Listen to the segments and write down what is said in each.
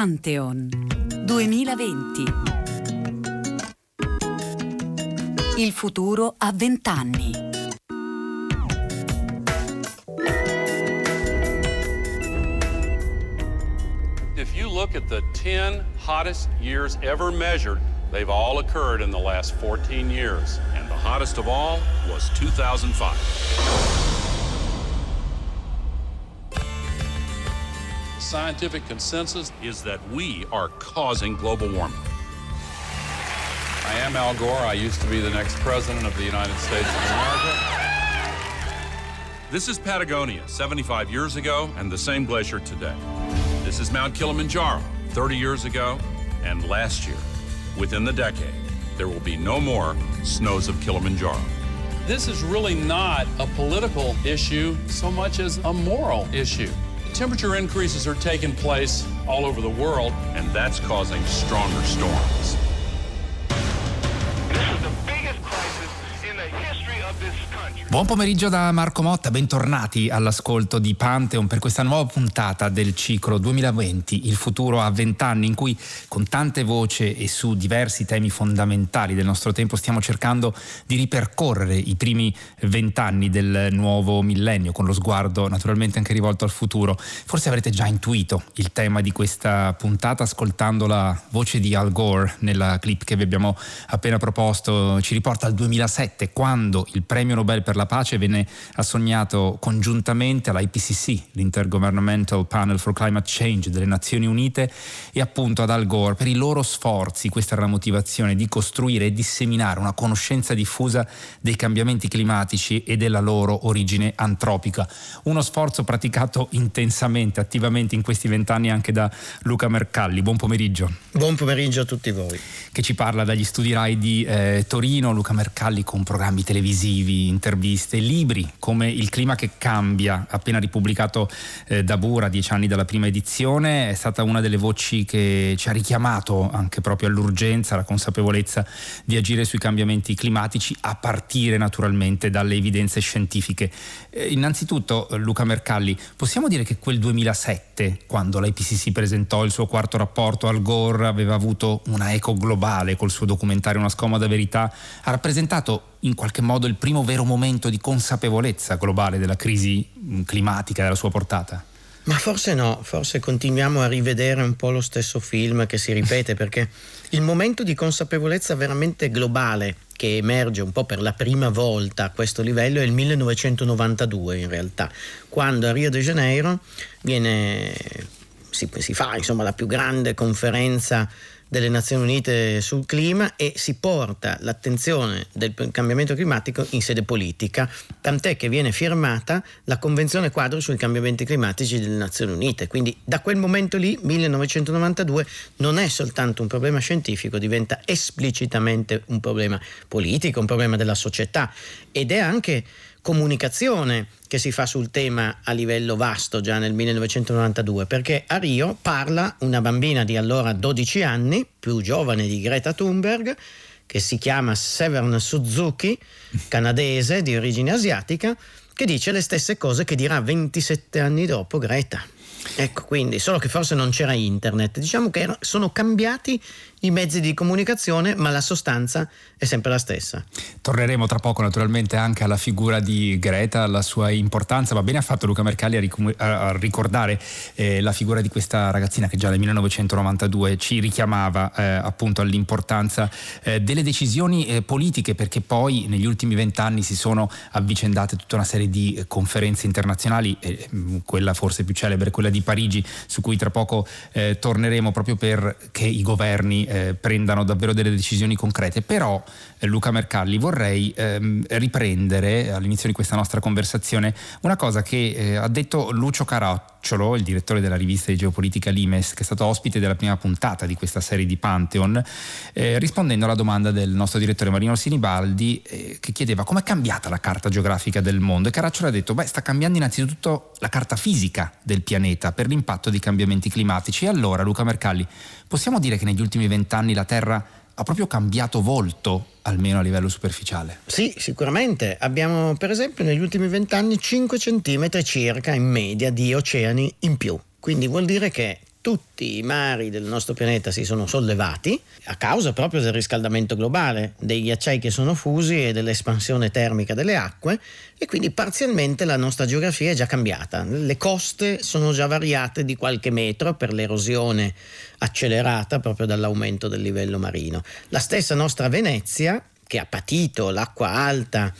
Pantheon 2020. Il futuro a 20 anni. If you look at the 10 hottest years ever measured, they've all occurred in the last 14 years. And the hottest of all was 2005. The scientific consensus is that we are causing global warming. I am Al Gore. I used to be the next president of the United States of America. This is Patagonia, 75 years ago, and the same glacier today. This is Mount Kilimanjaro, 30 years ago, and last year. Within the decade, there will be no more snows of Kilimanjaro. This is really not a political issue so much as a moral issue. Temperature increases are taking place all over the world, and that's causing stronger storms. Buon pomeriggio da Marco Motta, bentornati all'ascolto di Pantheon per questa nuova puntata del ciclo 2020, il futuro a 20 anni, in cui con tante voci e su diversi temi fondamentali del nostro tempo stiamo cercando di ripercorrere i primi 20 anni del nuovo millennio, con lo sguardo naturalmente anche rivolto al futuro. Forse avrete già intuito il tema di questa puntata ascoltando la voce di Al Gore nella clip che vi abbiamo appena proposto. Ci riporta al 2007, quando il premio Nobel per la pace venne assegnato congiuntamente all'IPCC, l'Intergovernmental Panel for Climate Change delle Nazioni Unite, e appunto ad Al Gore per i loro sforzi. Questa era la motivazione, di costruire e disseminare una conoscenza diffusa dei cambiamenti climatici e della loro origine antropica. Uno sforzo praticato intensamente, attivamente in questi 20 anni anche da Luca Mercalli. Buon pomeriggio. Buon pomeriggio a tutti voi. Che ci parla dagli studi Rai di Torino. Luca Mercalli con programmi televisivi, interviste, libri come Il clima che cambia, appena ripubblicato da Bura 10 anni dalla prima edizione. È stata una delle voci che ci ha richiamato anche proprio all'urgenza, alla consapevolezza di agire sui cambiamenti climatici, a partire naturalmente dalle evidenze scientifiche. Innanzitutto, Luca Mercalli, possiamo dire che quel 2007, quando l'IPCC presentò il suo quarto rapporto, Al Gore aveva avuto una eco globale col suo documentario Una scomoda verità, ha rappresentato in qualche modo il primo vero momento di consapevolezza globale della crisi climatica, della sua portata? Ma forse no, forse continuiamo a rivedere un po' lo stesso film che si ripete, perché il momento di consapevolezza veramente globale che emerge un po' per la prima volta a questo livello è il 1992 in realtà, quando a Rio de Janeiro si fa insomma la più grande conferenza delle Nazioni Unite sul clima e si porta l'attenzione del cambiamento climatico in sede politica, tant'è che viene firmata la Convenzione quadro sui cambiamenti climatici delle Nazioni Unite. Quindi da quel momento lì, 1992, non è soltanto un problema scientifico, diventa esplicitamente un problema politico, un problema della società, ed è anche comunicazione che si fa sul tema a livello vasto già nel 1992, perché a Rio parla una bambina di allora 12 anni, più giovane di Greta Thunberg, che si chiama Severn Suzuki, canadese di origine asiatica, che dice le stesse cose che dirà 27 anni dopo Greta. Ecco, quindi, solo che forse non c'era internet. Diciamo che sono cambiati i mezzi di comunicazione, ma la sostanza è sempre la stessa. Torneremo tra poco naturalmente anche alla figura di Greta, alla sua importanza. Va bene ha fatto Luca Mercalli a ricordare la figura di questa ragazzina che già nel 1992 ci richiamava appunto all'importanza delle decisioni politiche, perché poi negli ultimi 20 anni si sono avvicendate tutta una serie di conferenze internazionali, quella forse più celebre, quella di Parigi, su cui tra poco torneremo, proprio perché i governi prendano davvero delle decisioni concrete. Però Luca Mercalli, vorrei riprendere all'inizio di questa nostra conversazione una cosa che ha detto Lucio Caracciolo, il direttore della rivista di geopolitica Limes, che è stato ospite della prima puntata di questa serie di Pantheon, rispondendo alla domanda del nostro direttore Marino Sinibaldi, che chiedeva com'è cambiata la carta geografica del mondo, e Caracciolo ha detto sta cambiando innanzitutto la carta fisica del pianeta per l'impatto dei cambiamenti climatici. E allora, Luca Mercalli, possiamo dire che negli ultimi 20 anni la Terra ha proprio cambiato volto, almeno a livello superficiale? Sì, sicuramente. Abbiamo per esempio negli ultimi 20 anni 5 centimetri circa in media di oceani in più, quindi vuol dire che tutti i mari del nostro pianeta si sono sollevati a causa proprio del riscaldamento globale, dei ghiacciai che sono fusi e dell'espansione termica delle acque, e quindi parzialmente la nostra geografia è già cambiata. Le coste sono già variate di qualche metro per l'erosione accelerata proprio dall'aumento del livello marino. La stessa nostra Venezia, che ha patito l'acqua alta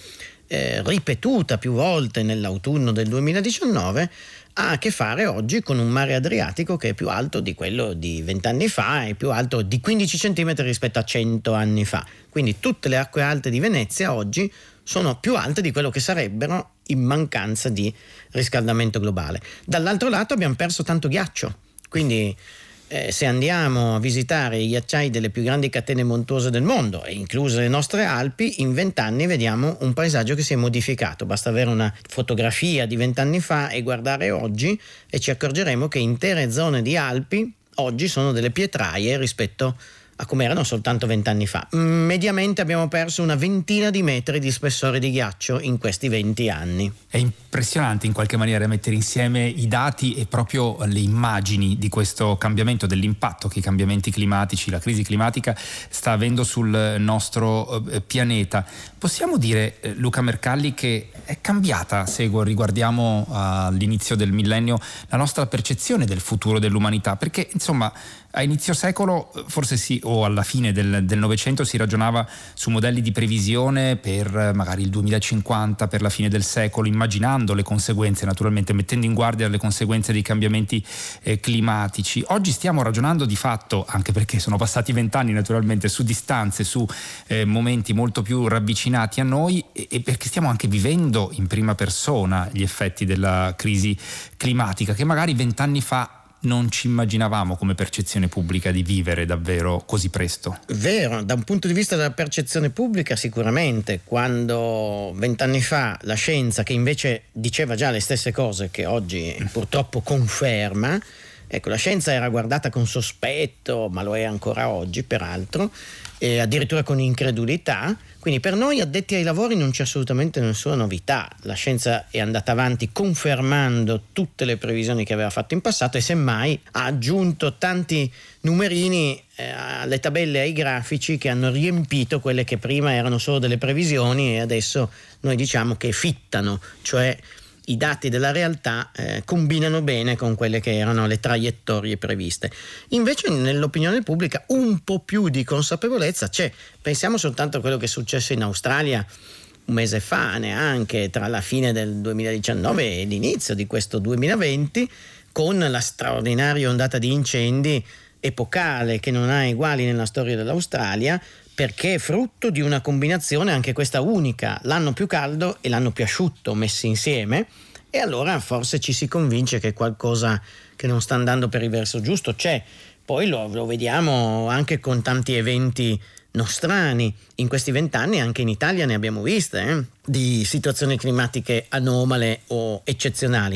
ripetuta più volte nell'autunno del 2019, ha a che fare oggi con un mare Adriatico che è più alto di quello di 20 anni fa e più alto di 15 centimetri rispetto a 100 anni fa. Quindi tutte le acque alte di Venezia oggi sono più alte di quello che sarebbero in mancanza di riscaldamento globale. Dall'altro lato abbiamo perso tanto ghiaccio, quindi se andiamo a visitare i ghiacciai delle più grandi catene montuose del mondo, incluse le nostre Alpi, in 20 anni vediamo un paesaggio che si è modificato. Basta avere una fotografia di 20 anni fa e guardare oggi e ci accorgeremo che intere zone di Alpi oggi sono delle pietraie rispetto a come erano soltanto 20 anni fa. Mediamente abbiamo perso una ventina di metri di spessore di ghiaccio in questi 20 anni. È impressionante in qualche maniera mettere insieme i dati e proprio le immagini di questo cambiamento, dell'impatto che i cambiamenti climatici, la crisi climatica sta avendo sul nostro pianeta. Possiamo dire, Luca Mercalli, che è cambiata, se riguardiamo all'inizio del millennio, la nostra percezione del futuro dell'umanità? Perché insomma a inizio secolo, forse sì, o alla fine del Novecento, si ragionava su modelli di previsione per magari il 2050, per la fine del secolo, immaginando le conseguenze, naturalmente mettendo in guardia le conseguenze dei cambiamenti climatici. Oggi stiamo ragionando di fatto, anche perché sono passati 20 anni naturalmente, su distanze, su momenti molto più ravvicinati a noi, e perché stiamo anche vivendo in prima persona gli effetti della crisi climatica, che magari 20 anni fa non ci immaginavamo come percezione pubblica di vivere davvero così presto. Vero, da un punto di vista della percezione pubblica sicuramente, quando 20 anni fa la scienza, che invece diceva già le stesse cose che oggi purtroppo conferma, ecco, la scienza era guardata con sospetto, ma lo è ancora oggi peraltro, e addirittura con incredulità. Quindi per noi addetti ai lavori non c'è assolutamente nessuna novità. La scienza è andata avanti confermando tutte le previsioni che aveva fatto in passato e semmai ha aggiunto tanti numerini alle tabelle e ai grafici che hanno riempito quelle che prima erano solo delle previsioni e adesso noi diciamo che fittano, cioè i dati della realtà combinano bene con quelle che erano le traiettorie previste. Invece nell'opinione pubblica un po' più di consapevolezza c'è. Pensiamo soltanto a quello che è successo in Australia un mese fa, neanche, tra la fine del 2019 e l'inizio di questo 2020, con la straordinaria ondata di incendi epocale che non ha eguali nella storia dell'Australia, perché è frutto di una combinazione, anche questa unica, l'anno più caldo e l'anno più asciutto messi insieme, e allora forse ci si convince che qualcosa che non sta andando per il verso giusto c'è. Poi lo vediamo anche con tanti eventi nostrani. In questi 20 anni anche in Italia ne abbiamo viste, di situazioni climatiche anomale o eccezionali.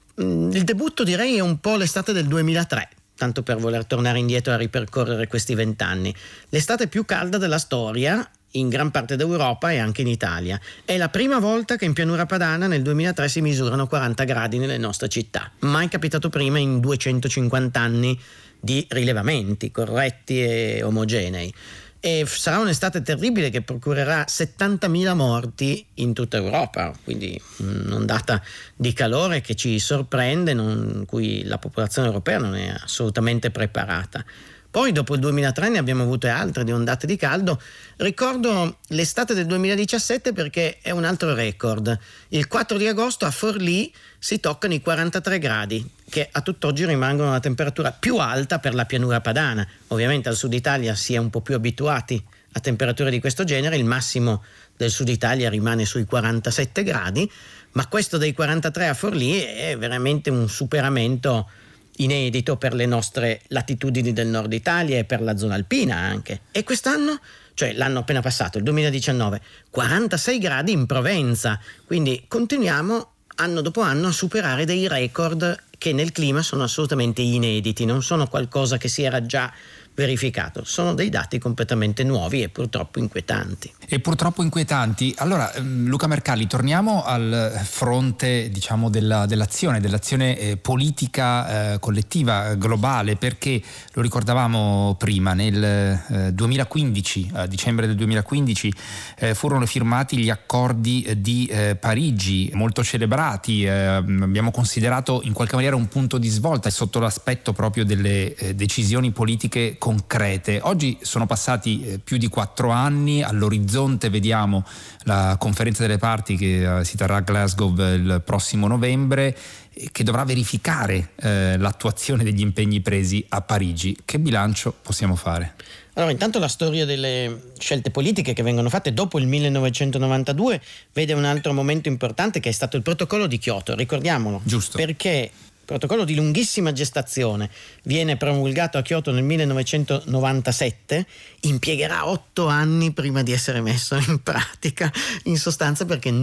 Il debutto direi è un po' l'estate del 2003, tanto per voler tornare indietro a ripercorrere questi 20 anni. L'estate più calda della storia in gran parte d'Europa e anche in Italia. È la prima volta che in Pianura Padana nel 2003 si misurano 40 gradi nelle nostre città. Mai capitato prima in 250 anni di rilevamenti corretti e omogenei. E sarà un'estate terribile che procurerà 70.000 morti in tutta Europa, quindi un'ondata di calore che ci sorprende, cui la popolazione europea non è assolutamente preparata. Poi dopo il 2003 ne abbiamo avute altre di ondate di caldo. Ricordo l'estate del 2017 perché è un altro record. Il 4 di agosto a Forlì si toccano i 43 gradi, che a tutt'oggi rimangono la temperatura più alta per la Pianura Padana. Ovviamente al sud Italia si è un po' più abituati a temperature di questo genere, il massimo del sud Italia rimane sui 47 gradi, ma questo dei 43 a Forlì è veramente un superamento inedito per le nostre latitudini del nord Italia e per la zona alpina anche. E quest'anno, cioè l'anno appena passato, il 2019, 46 gradi in Provenza, quindi continuiamo anno dopo anno a superare dei record che nel clima sono assolutamente inediti, non sono qualcosa che si era già verificato. Sono dei dati completamente nuovi e purtroppo inquietanti. Allora, Luca Mercalli, torniamo al fronte, diciamo, dell'azione politica collettiva globale, perché lo ricordavamo prima, nel 2015, a dicembre del 2015, furono firmati gli accordi di Parigi, molto celebrati, abbiamo considerato in qualche maniera un punto di svolta sotto l'aspetto proprio delle decisioni politiche concrete. Oggi sono passati più di 4 anni, all'orizzonte vediamo la conferenza delle parti che si terrà a Glasgow il prossimo novembre, che dovrà verificare l'attuazione degli impegni presi a Parigi. Che bilancio possiamo fare? Allora, intanto la storia delle scelte politiche che vengono fatte dopo il 1992 vede un altro momento importante, che è stato il protocollo di Kyoto, ricordiamolo. Giusto. Perché protocollo di lunghissima gestazione, viene promulgato a Kyoto nel 1997, impiegherà 8 anni prima di essere messo in pratica, in sostanza perché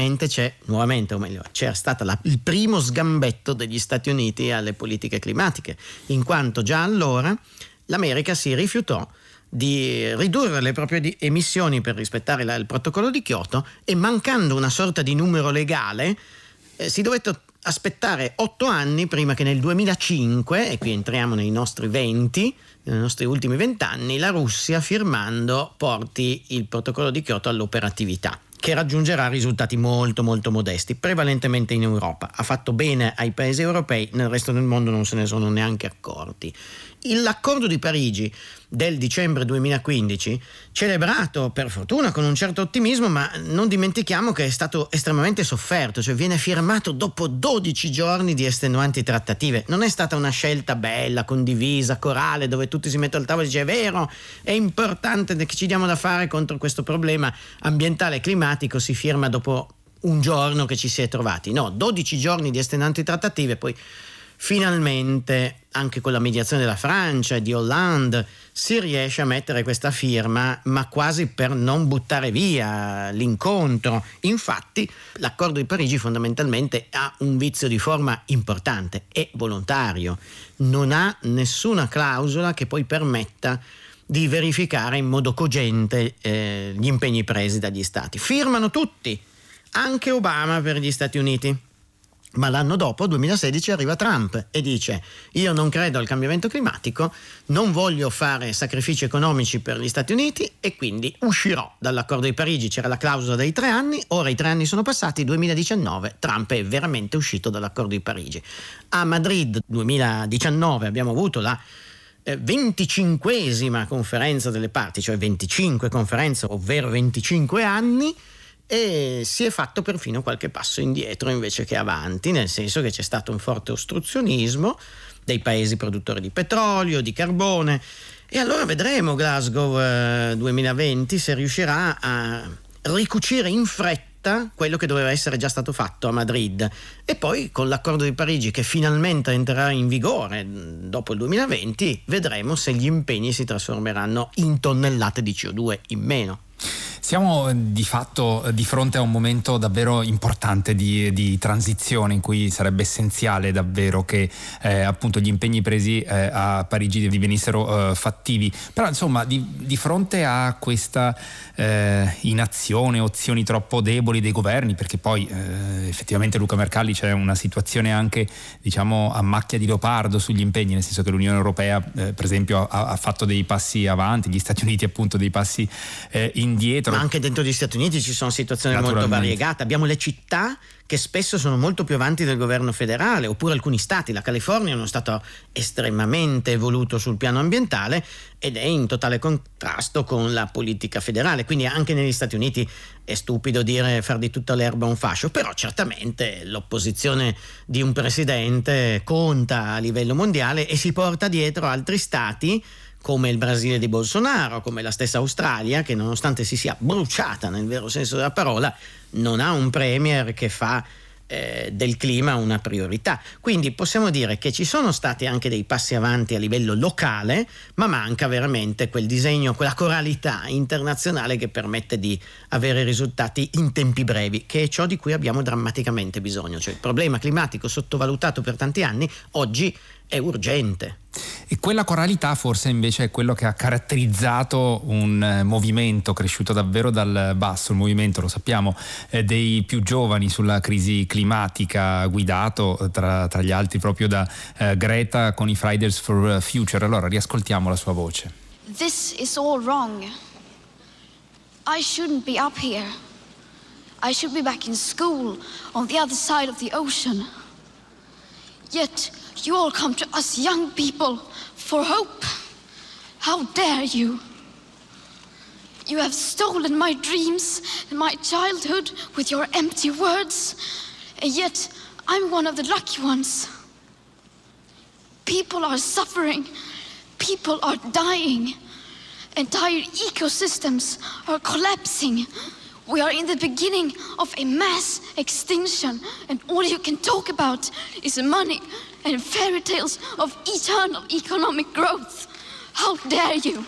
c'era stato il primo sgambetto degli Stati Uniti alle politiche climatiche, in quanto già allora l'America si rifiutò di ridurre le proprie emissioni per rispettare il protocollo di Kyoto, e mancando una sorta di numero legale si dovette aspettare 8 anni prima che nel 2005, e qui entriamo nei nostri ultimi 20 anni, la Russia, firmando, porti il protocollo di Kyoto all'operatività, che raggiungerà risultati molto molto modesti, prevalentemente in Europa. Ha fatto bene ai paesi europei, nel resto del mondo non se ne sono neanche accorti. L'accordo di Parigi del dicembre 2015, celebrato per fortuna con un certo ottimismo, ma non dimentichiamo che è stato estremamente sofferto, cioè viene firmato dopo 12 giorni di estenuanti trattative. Non è stata una scelta bella, condivisa, corale, dove tutti si mettono al tavolo e dice: è vero, è importante che ci diamo da fare contro questo problema ambientale e climatico, si firma dopo un giorno che ci si è trovati. No, 12 giorni di estenuanti trattative, poi finalmente, anche con la mediazione della Francia e di Hollande, si riesce a mettere questa firma, ma quasi per non buttare via l'incontro. Infatti l'accordo di Parigi fondamentalmente ha un vizio di forma importante: è volontario, non ha nessuna clausola che poi permetta di verificare in modo cogente gli impegni presi dagli stati. Firmano tutti, anche Obama per gli Stati Uniti. Ma l'anno dopo, 2016, arriva Trump e dice: io non credo al cambiamento climatico, non voglio fare sacrifici economici per gli Stati Uniti e quindi uscirò dall'accordo di Parigi. C'era la clausola dei 3 anni, ora i 3 anni sono passati, 2019, Trump è veramente uscito dall'accordo di Parigi. A Madrid 2019 abbiamo avuto la 25esima conferenza delle parti, cioè 25 conferenze, ovvero 25 anni, e si è fatto perfino qualche passo indietro invece che avanti, nel senso che c'è stato un forte ostruzionismo dei paesi produttori di petrolio, di carbone, e allora vedremo Glasgow 2020 se riuscirà a ricucire in fretta quello che doveva essere già stato fatto a Madrid, e poi con l'accordo di Parigi che finalmente entrerà in vigore dopo il 2020 vedremo se gli impegni si trasformeranno in tonnellate di CO2 in meno. Siamo di fatto di fronte a un momento davvero importante di transizione, in cui sarebbe essenziale davvero che appunto gli impegni presi a Parigi divenissero fattivi. Però insomma di fronte a questa inazione, opzioni troppo deboli dei governi, perché poi effettivamente, Luca Mercalli, c'è una situazione anche, diciamo, a macchia di leopardo sugli impegni, nel senso che l'Unione Europea per esempio ha fatto dei passi avanti, gli Stati Uniti appunto dei passi indietro. Ma anche dentro gli Stati Uniti ci sono situazioni molto variegate. Abbiamo le città che spesso sono molto più avanti del governo federale, oppure alcuni stati. La California è uno stato estremamente evoluto sul piano ambientale ed è in totale contrasto con la politica federale. Quindi anche negli Stati Uniti è stupido dire far di tutta l'erba un fascio, però certamente l'opposizione di un presidente conta a livello mondiale e si porta dietro altri stati come il Brasile di Bolsonaro, come la stessa Australia, che nonostante si sia bruciata nel vero senso della parola, non ha un premier che fa del clima una priorità. Quindi possiamo dire che ci sono stati anche dei passi avanti a livello locale, ma manca veramente quel disegno, quella coralità internazionale che permette di avere risultati in tempi brevi, che è ciò di cui abbiamo drammaticamente bisogno. Cioè il problema climatico sottovalutato per tanti anni oggi è urgente. E quella coralità forse invece è quello che ha caratterizzato un movimento cresciuto davvero dal basso, il movimento, lo sappiamo, dei più giovani sulla crisi climatica, guidato tra gli altri proprio da Greta con i Fridays for Future. Allora riascoltiamo la sua voce. This is all wrong. I shouldn't be up here. I should be back in school on the other side of the ocean. Yet you all come to us young people for hope. How dare you? You have stolen my dreams and my childhood with your empty words, and yet I'm one of the lucky ones. People are suffering, people are dying, entire ecosystems are collapsing. We are in the beginning of a mass extinction, and all you can talk about is money and fairy tales of eternal economic growth. How dare you?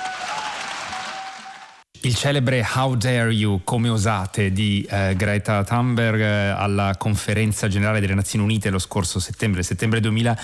Il celebre How Dare You, come osate, di Greta Thunberg alla conferenza generale delle Nazioni Unite lo scorso settembre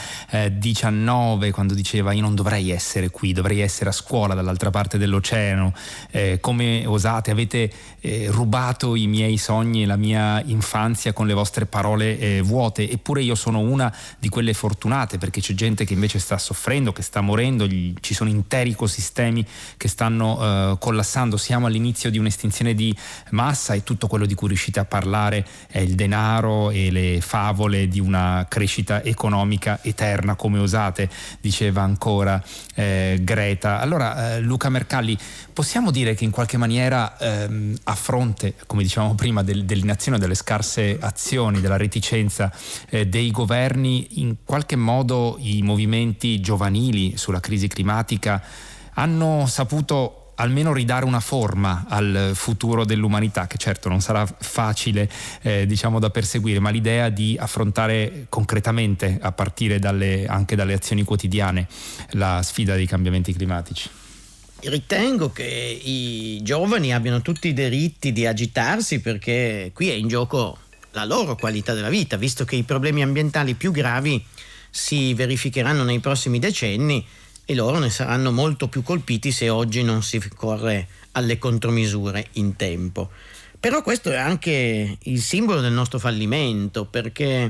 2019, quando diceva: io non dovrei essere qui, dovrei essere a scuola dall'altra parte dell'oceano, come osate, avete rubato i miei sogni e la mia infanzia con le vostre parole vuote. Eppure io sono una di quelle fortunate, perché c'è gente che invece sta soffrendo, che sta morendo, ci sono interi ecosistemi che stanno collassando. Siamo all'inizio di un'estinzione di massa e tutto quello di cui riuscite a parlare è il denaro e le favole di una crescita economica eterna, come osate, diceva ancora Greta. Allora Luca Mercalli, possiamo dire che in qualche maniera a fronte, come dicevamo prima, dell'inazione, delle scarse azioni, della reticenza dei governi, in qualche modo i movimenti giovanili sulla crisi climatica hanno saputo almeno ridare una forma al futuro dell'umanità, che certo non sarà facile da perseguire, ma l'idea di affrontare concretamente, a partire anche dalle azioni quotidiane, la sfida dei cambiamenti climatici. Ritengo che i giovani abbiano tutti i diritti di agitarsi, perché qui è in gioco la loro qualità della vita, visto che i problemi ambientali più gravi si verificheranno nei prossimi decenni e loro ne saranno molto più colpiti se oggi non si corre alle contromisure in tempo. Però questo è anche il simbolo del nostro fallimento, perché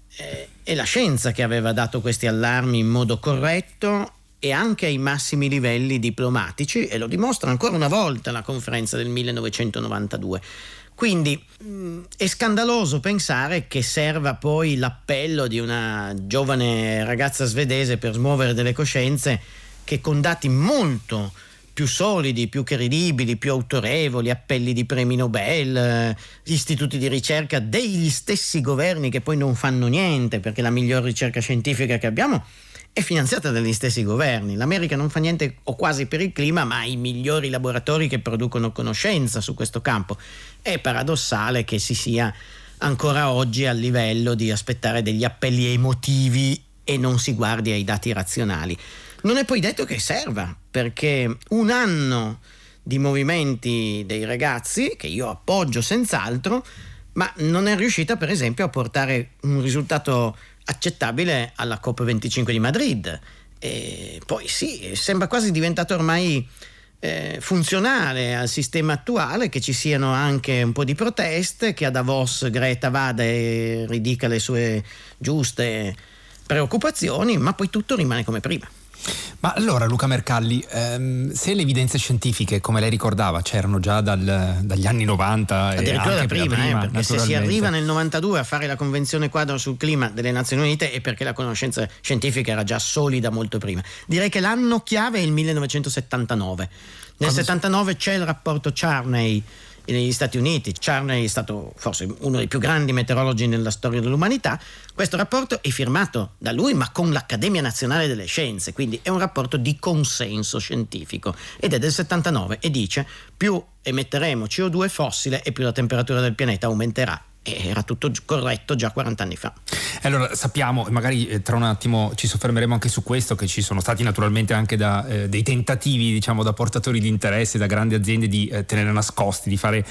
è la scienza che aveva dato questi allarmi in modo corretto e anche ai massimi livelli diplomatici, e lo dimostra ancora una volta la conferenza del 1992. Quindi è scandaloso pensare che serva poi l'appello di una giovane ragazza svedese per smuovere delle coscienze, che con dati molto più solidi, più credibili, più autorevoli, appelli di premi Nobel, istituti di ricerca degli stessi governi che poi non fanno niente, perché la miglior ricerca scientifica che abbiamo è finanziata dagli stessi governi. L'America non fa niente o quasi per il clima, ma ha i migliori laboratori che producono conoscenza su questo campo. È paradossale che si sia ancora oggi al livello di aspettare degli appelli emotivi e non si guardi ai dati razionali. Non è poi detto che serva, perché un anno di movimenti dei ragazzi, che io appoggio senz'altro, ma non è riuscita per esempio a portare un risultato accettabile alla COP25 di Madrid. E poi sì, sembra quasi diventato ormai funzionale al sistema attuale che ci siano anche un po' di proteste, che a Davos Greta vada e ridica le sue giuste preoccupazioni, ma poi tutto rimane come prima. Ma allora Luca Mercalli, se le evidenze scientifiche, come lei ricordava, c'erano già dagli anni 90 addirittura da prima, perché se si arriva nel 92 a fare la Convenzione quadro sul clima delle Nazioni Unite è perché la conoscenza scientifica era già solida molto prima. Direi che l'anno chiave è il 1979. Nel 79 c'è il rapporto Charney negli Stati Uniti. Charney è stato forse uno dei più grandi meteorologi nella storia dell'umanità. Questo rapporto è firmato da lui, ma con l'Accademia Nazionale delle Scienze, quindi è un rapporto di consenso scientifico, ed è del 79 e dice: più emetteremo CO2 fossile e più la temperatura del pianeta aumenterà. era tutto corretto già 40 anni fa. Allora sappiamo, magari tra un attimo ci soffermeremo anche su questo, che ci sono stati naturalmente anche dei tentativi, diciamo, da portatori di interesse, da grandi aziende di tenere nascosti, di fare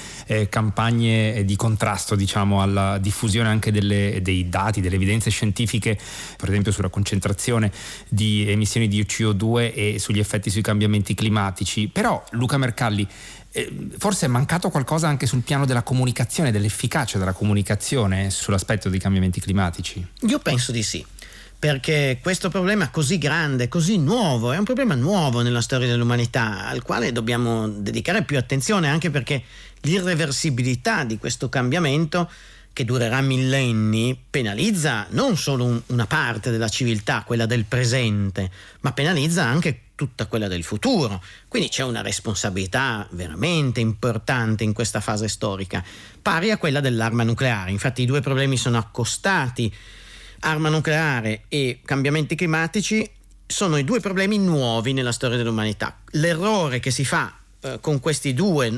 campagne di contrasto, diciamo, alla diffusione anche dei dati, delle evidenze scientifiche, per esempio sulla concentrazione di emissioni di CO2 e sugli effetti sui cambiamenti climatici. Però Luca Mercalli, forse è mancato qualcosa anche sul piano della comunicazione, dell'efficacia della comunicazione sull'aspetto dei cambiamenti climatici? Io penso di sì, perché questo problema così grande, così nuovo, è un problema nuovo nella storia dell'umanità, al quale dobbiamo dedicare più attenzione, anche perché l'irreversibilità di questo cambiamento, che durerà millenni, penalizza non solo una parte della civiltà, quella del presente, ma penalizza anche tutta quella del futuro. Quindi c'è una responsabilità veramente importante in questa fase storica, pari a quella dell'arma nucleare. Infatti i due problemi sono accostati. Arma nucleare e cambiamenti climatici sono i due problemi nuovi nella storia dell'umanità. L'errore che si fa con questi due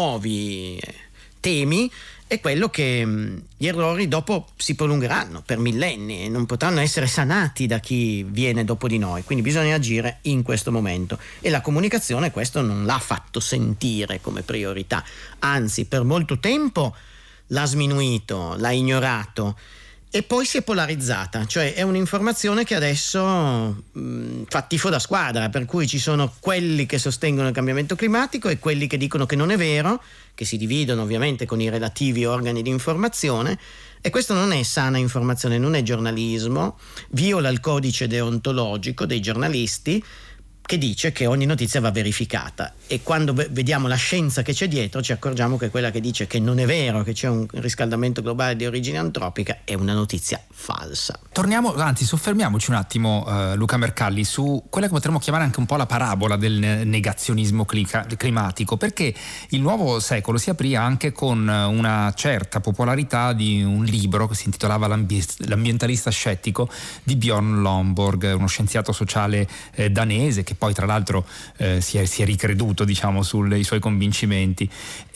nuovi temi è quello che gli errori dopo si prolungheranno per millenni e non potranno essere sanati da chi viene dopo di noi, quindi bisogna agire in questo momento, e la comunicazione questo non l'ha fatto sentire come priorità, anzi per molto tempo l'ha sminuito, l'ha ignorato e poi si è polarizzata, cioè è un'informazione che adesso fa tifo da squadra, per cui ci sono quelli che sostengono il cambiamento climatico e quelli che dicono che non è vero, che si dividono ovviamente con i relativi organi di informazione, e questo non è sana informazione, non è giornalismo, viola il codice deontologico dei giornalisti, che dice che ogni notizia va verificata, e quando vediamo la scienza che c'è dietro ci accorgiamo che quella che dice che non è vero che c'è un riscaldamento globale di origine antropica è una notizia falsa. Soffermiamoci un attimo, Luca Mercalli, su quella che potremmo chiamare anche un po' la parabola del negazionismo climatico, perché il nuovo secolo si aprì anche con una certa popolarità di un libro che si intitolava L'ambientalista scettico di Bjorn Lomborg, uno scienziato sociale danese che poi tra l'altro si è ricreduto, diciamo, sui suoi convincimenti,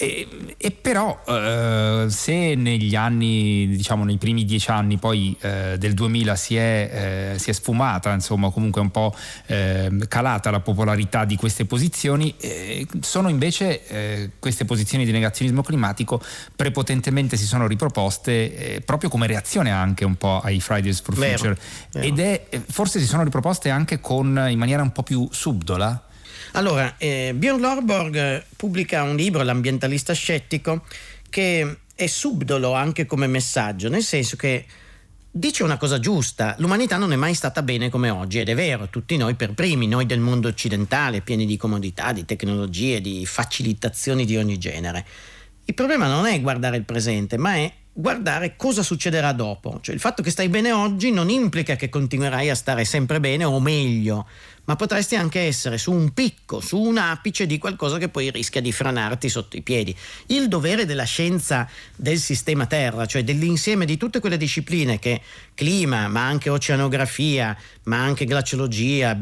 e però se negli anni, diciamo nei primi 10 anni poi del 2000 si è sfumata, insomma comunque un po' calata la popolarità di queste posizioni, sono invece queste posizioni di negazionismo climatico prepotentemente si sono riproposte proprio come reazione anche un po' ai Fridays for Future, ed forse si sono riproposte anche in maniera un po' più subdola. Allora, Bjorn Lomborg pubblica un libro, L'ambientalista scettico, che è subdolo anche come messaggio, nel senso che dice una cosa giusta: l'umanità non è mai stata bene come oggi, ed è vero, tutti noi per primi, noi del mondo occidentale, pieni di comodità, di tecnologie, di facilitazioni di ogni genere. Il problema non è guardare il presente, ma è guardare cosa succederà dopo. Cioè, il fatto che stai bene oggi non implica che continuerai a stare sempre bene o meglio, ma potresti anche essere su un picco, su un apice di qualcosa che poi rischia di franarti sotto i piedi. Il dovere della scienza del sistema Terra, cioè dell'insieme di tutte quelle discipline che clima, ma anche oceanografia, ma anche glaciologia,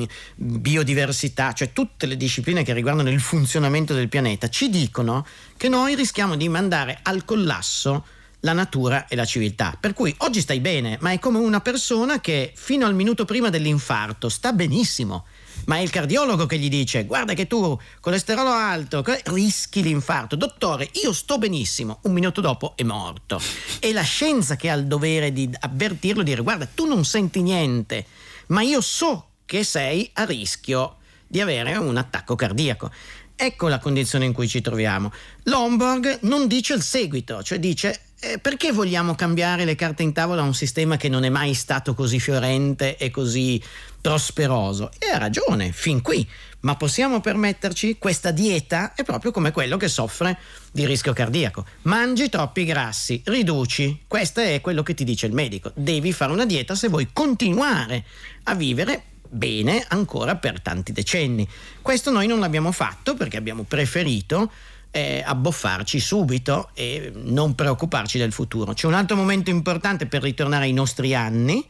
biodiversità, cioè tutte le discipline che riguardano il funzionamento del pianeta, ci dicono che noi rischiamo di mandare al collasso la natura e la civiltà. Per cui oggi stai bene, ma è come una persona che fino al minuto prima dell'infarto sta benissimo, ma è il cardiologo che gli dice: guarda che tu colesterolo alto, rischi l'infarto. Dottore, io sto benissimo. Un minuto dopo è morto. È la scienza che ha il dovere di avvertirlo, dire: guarda, tu non senti niente, ma io so che sei a rischio di avere un attacco cardiaco. Ecco la condizione in cui ci troviamo. Lomborg non dice il seguito, cioè dice: perché vogliamo cambiare le carte in tavola a un sistema che non è mai stato così fiorente e così prosperoso? E ha ragione, fin qui, ma possiamo permetterci? Questa dieta è proprio come quello che soffre di rischio cardiaco. Mangi troppi grassi, riduci. Questo è quello che ti dice il medico. Devi fare una dieta se vuoi continuare a vivere bene ancora per tanti decenni. Questo noi non l'abbiamo fatto perché abbiamo preferito abboffarci subito e non preoccuparci del futuro. C'è un altro momento importante per ritornare ai nostri anni,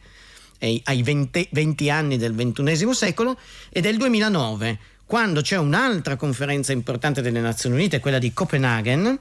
ai 20 anni del XXI secolo, ed è il 2009, quando c'è un'altra conferenza importante delle Nazioni Unite, quella di Copenaghen,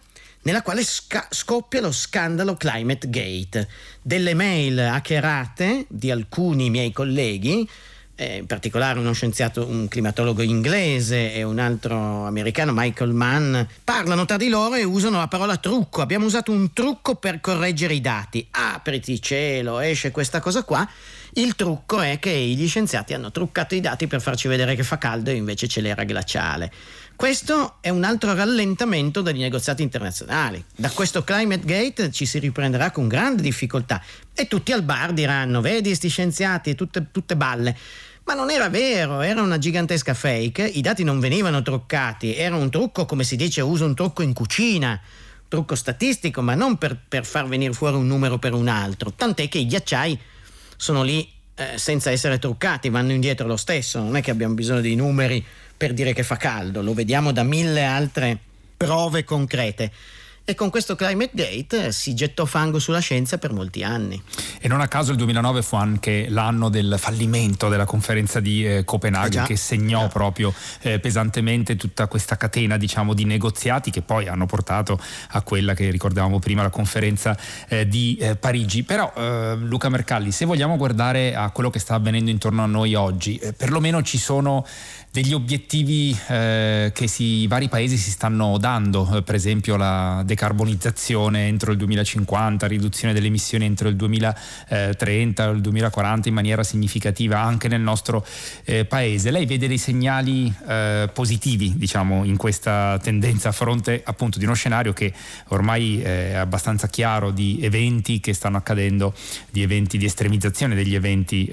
nella quale scoppia lo scandalo Climate Gate, delle mail hackerate di alcuni miei colleghi, in particolare uno scienziato, un climatologo inglese e un altro americano, Michael Mann, parlano tra di loro e usano la parola trucco. Abbiamo usato un trucco per correggere i dati. Apriti cielo, esce questa cosa qua. Il trucco è che gli scienziati hanno truccato i dati per farci vedere che fa caldo e invece c'è l'era glaciale. Questo è un altro rallentamento degli negoziati internazionali. Da questo Climate Gate ci si riprenderà con grande difficoltà e tutti al bar diranno: vedi sti scienziati, tutte balle. Ma non era vero, era una gigantesca fake, i dati non venivano truccati, era un trucco, come si dice, uso un trucco in cucina, trucco statistico, ma non per far venire fuori un numero per un altro, tant'è che i ghiacciai sono lì senza essere truccati, vanno indietro lo stesso, non è che abbiamo bisogno dei numeri per dire che fa caldo, lo vediamo da 1000 altre prove concrete. E con questo Climate Gate si gettò fango sulla scienza per molti anni. E non a caso il 2009 fu anche l'anno del fallimento della conferenza di Copenaghen, che segnò proprio pesantemente tutta questa catena, diciamo, di negoziati che poi hanno portato a quella che ricordavamo prima, la conferenza di Parigi. Però Luca Mercalli, se vogliamo guardare a quello che sta avvenendo intorno a noi oggi, perlomeno ci sono degli obiettivi che i vari paesi si stanno dando, per esempio la decarbonizzazione entro il 2050, riduzione delle emissioni entro il 2030 o il 2040 in maniera significativa anche nel nostro paese. Lei vede dei segnali positivi, diciamo, in questa tendenza a fronte appunto di uno scenario che ormai è abbastanza chiaro, di eventi che stanno accadendo, di eventi di estremizzazione degli eventi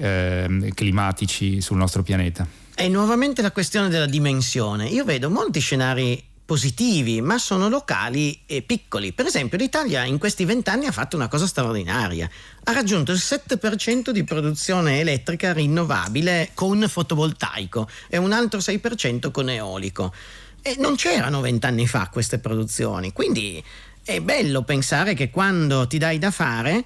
climatici sul nostro pianeta? È nuovamente la questione della dimensione. Io vedo molti scenari positivi, ma sono locali e piccoli. Per esempio l'Italia in questi 20 anni ha fatto una cosa straordinaria. Ha raggiunto il 7% di produzione elettrica rinnovabile con fotovoltaico e un altro 6% con eolico. E non c'erano 20 anni fa queste produzioni. Quindi è bello pensare che quando ti dai da fare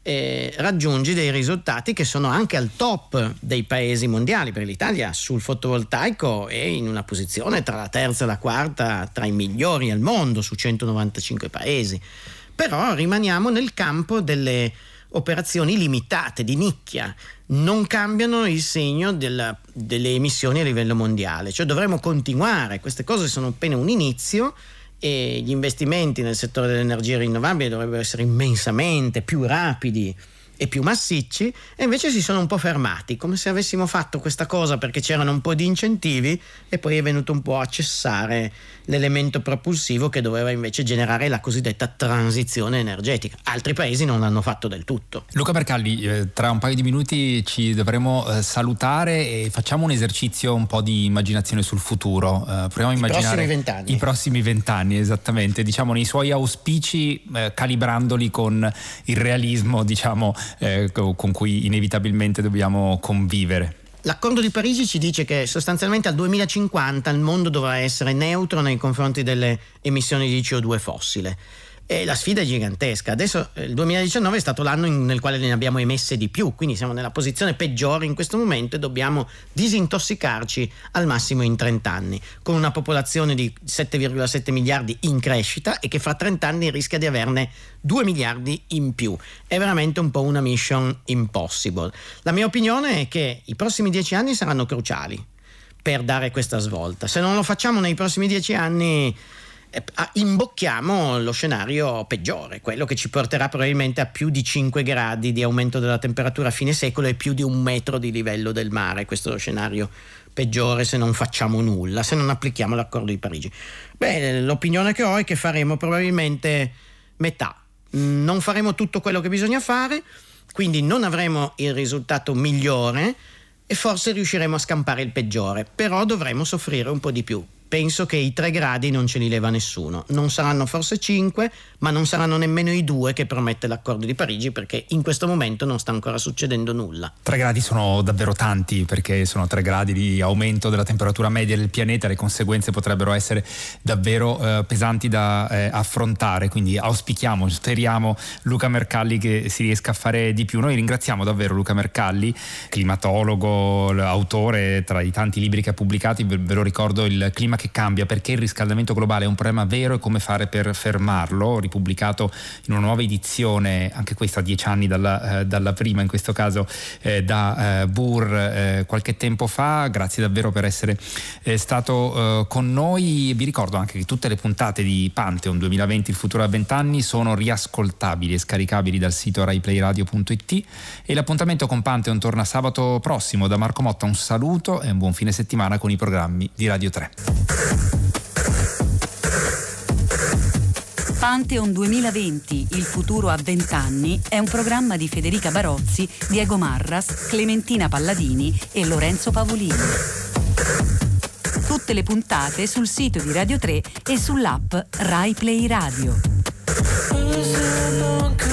raggiungi dei risultati che sono anche al top dei paesi mondiali, perché l'Italia sul fotovoltaico è in una posizione tra la terza e la quarta tra i migliori al mondo su 195 paesi. Però rimaniamo nel campo delle operazioni limitate, di nicchia, non cambiano il segno delle emissioni a livello mondiale, cioè dovremo continuare, queste cose sono appena un inizio e gli investimenti nel settore delle energie rinnovabili dovrebbero essere immensamente più rapidi e più massicci, e invece si sono un po' fermati, come se avessimo fatto questa cosa perché c'erano un po' di incentivi e poi è venuto un po' a cessare l'elemento propulsivo che doveva invece generare la cosiddetta transizione energetica. Altri paesi non l'hanno fatto del tutto. Luca Mercalli, tra un paio di minuti ci dovremo salutare e facciamo un esercizio un po' di immaginazione sul futuro. Proviamo a immaginare i prossimi 20 anni, esattamente, diciamo nei suoi auspici, calibrandoli con il realismo, diciamo, con cui inevitabilmente dobbiamo convivere. L'accordo di Parigi ci dice che sostanzialmente al 2050 il mondo dovrà essere neutro nei confronti delle emissioni di CO2 fossile. E la sfida è gigantesca. Adesso il 2019 è stato l'anno nel quale ne abbiamo emesse di più, quindi siamo nella posizione peggiore in questo momento e dobbiamo disintossicarci al massimo in 30 anni, con una popolazione di 7,7 miliardi in crescita e che fra 30 anni rischia di averne 2 miliardi in più. È veramente un po' una mission impossible. La mia opinione è che i prossimi 10 anni saranno cruciali per dare questa svolta. Se non lo facciamo nei prossimi 10 anni imbocchiamo lo scenario peggiore, quello che ci porterà probabilmente a più di 5 gradi di aumento della temperatura a fine secolo e più di 1 metro di livello del mare. Questo è lo scenario peggiore se non facciamo nulla, se non applichiamo l'accordo di Parigi. Beh, l'opinione che ho è che faremo probabilmente metà. Non faremo tutto quello che bisogna fare, quindi non avremo il risultato migliore e forse riusciremo a scampare il peggiore, però dovremo soffrire un po' di più. Penso che i 3 gradi non ce li leva nessuno, non saranno forse 5, ma non saranno nemmeno i 2 che promette l'accordo di Parigi, perché in questo momento non sta ancora succedendo nulla. 3 gradi sono davvero tanti, perché sono 3 gradi di aumento della temperatura media del pianeta, le conseguenze potrebbero essere davvero pesanti da affrontare, quindi auspichiamo, speriamo, Luca Mercalli, che si riesca a fare di più. Noi ringraziamo davvero Luca Mercalli, climatologo, autore tra i tanti libri che ha pubblicato, ve lo ricordo, il Clima che cambia, perché il riscaldamento globale è un problema vero e come fare per fermarlo, ripubblicato in una nuova edizione, anche questa 10 anni dalla prima, in questo caso da Burr qualche tempo fa. Grazie davvero per essere stato con noi. Vi ricordo anche che tutte le puntate di Pantheon 2020 il futuro a 20 anni sono riascoltabili e scaricabili dal sito raiplayradio.it, e l'appuntamento con Pantheon torna sabato prossimo. Da Marco Motta un saluto e un buon fine settimana con i programmi di Radio 3. Pantheon 2020, il futuro a 20 anni, è un programma di Federica Barozzi, Diego Marras, Clementina Palladini e Lorenzo Pavolini. Tutte le puntate sul sito di Radio 3 e sull'app Rai Play Radio.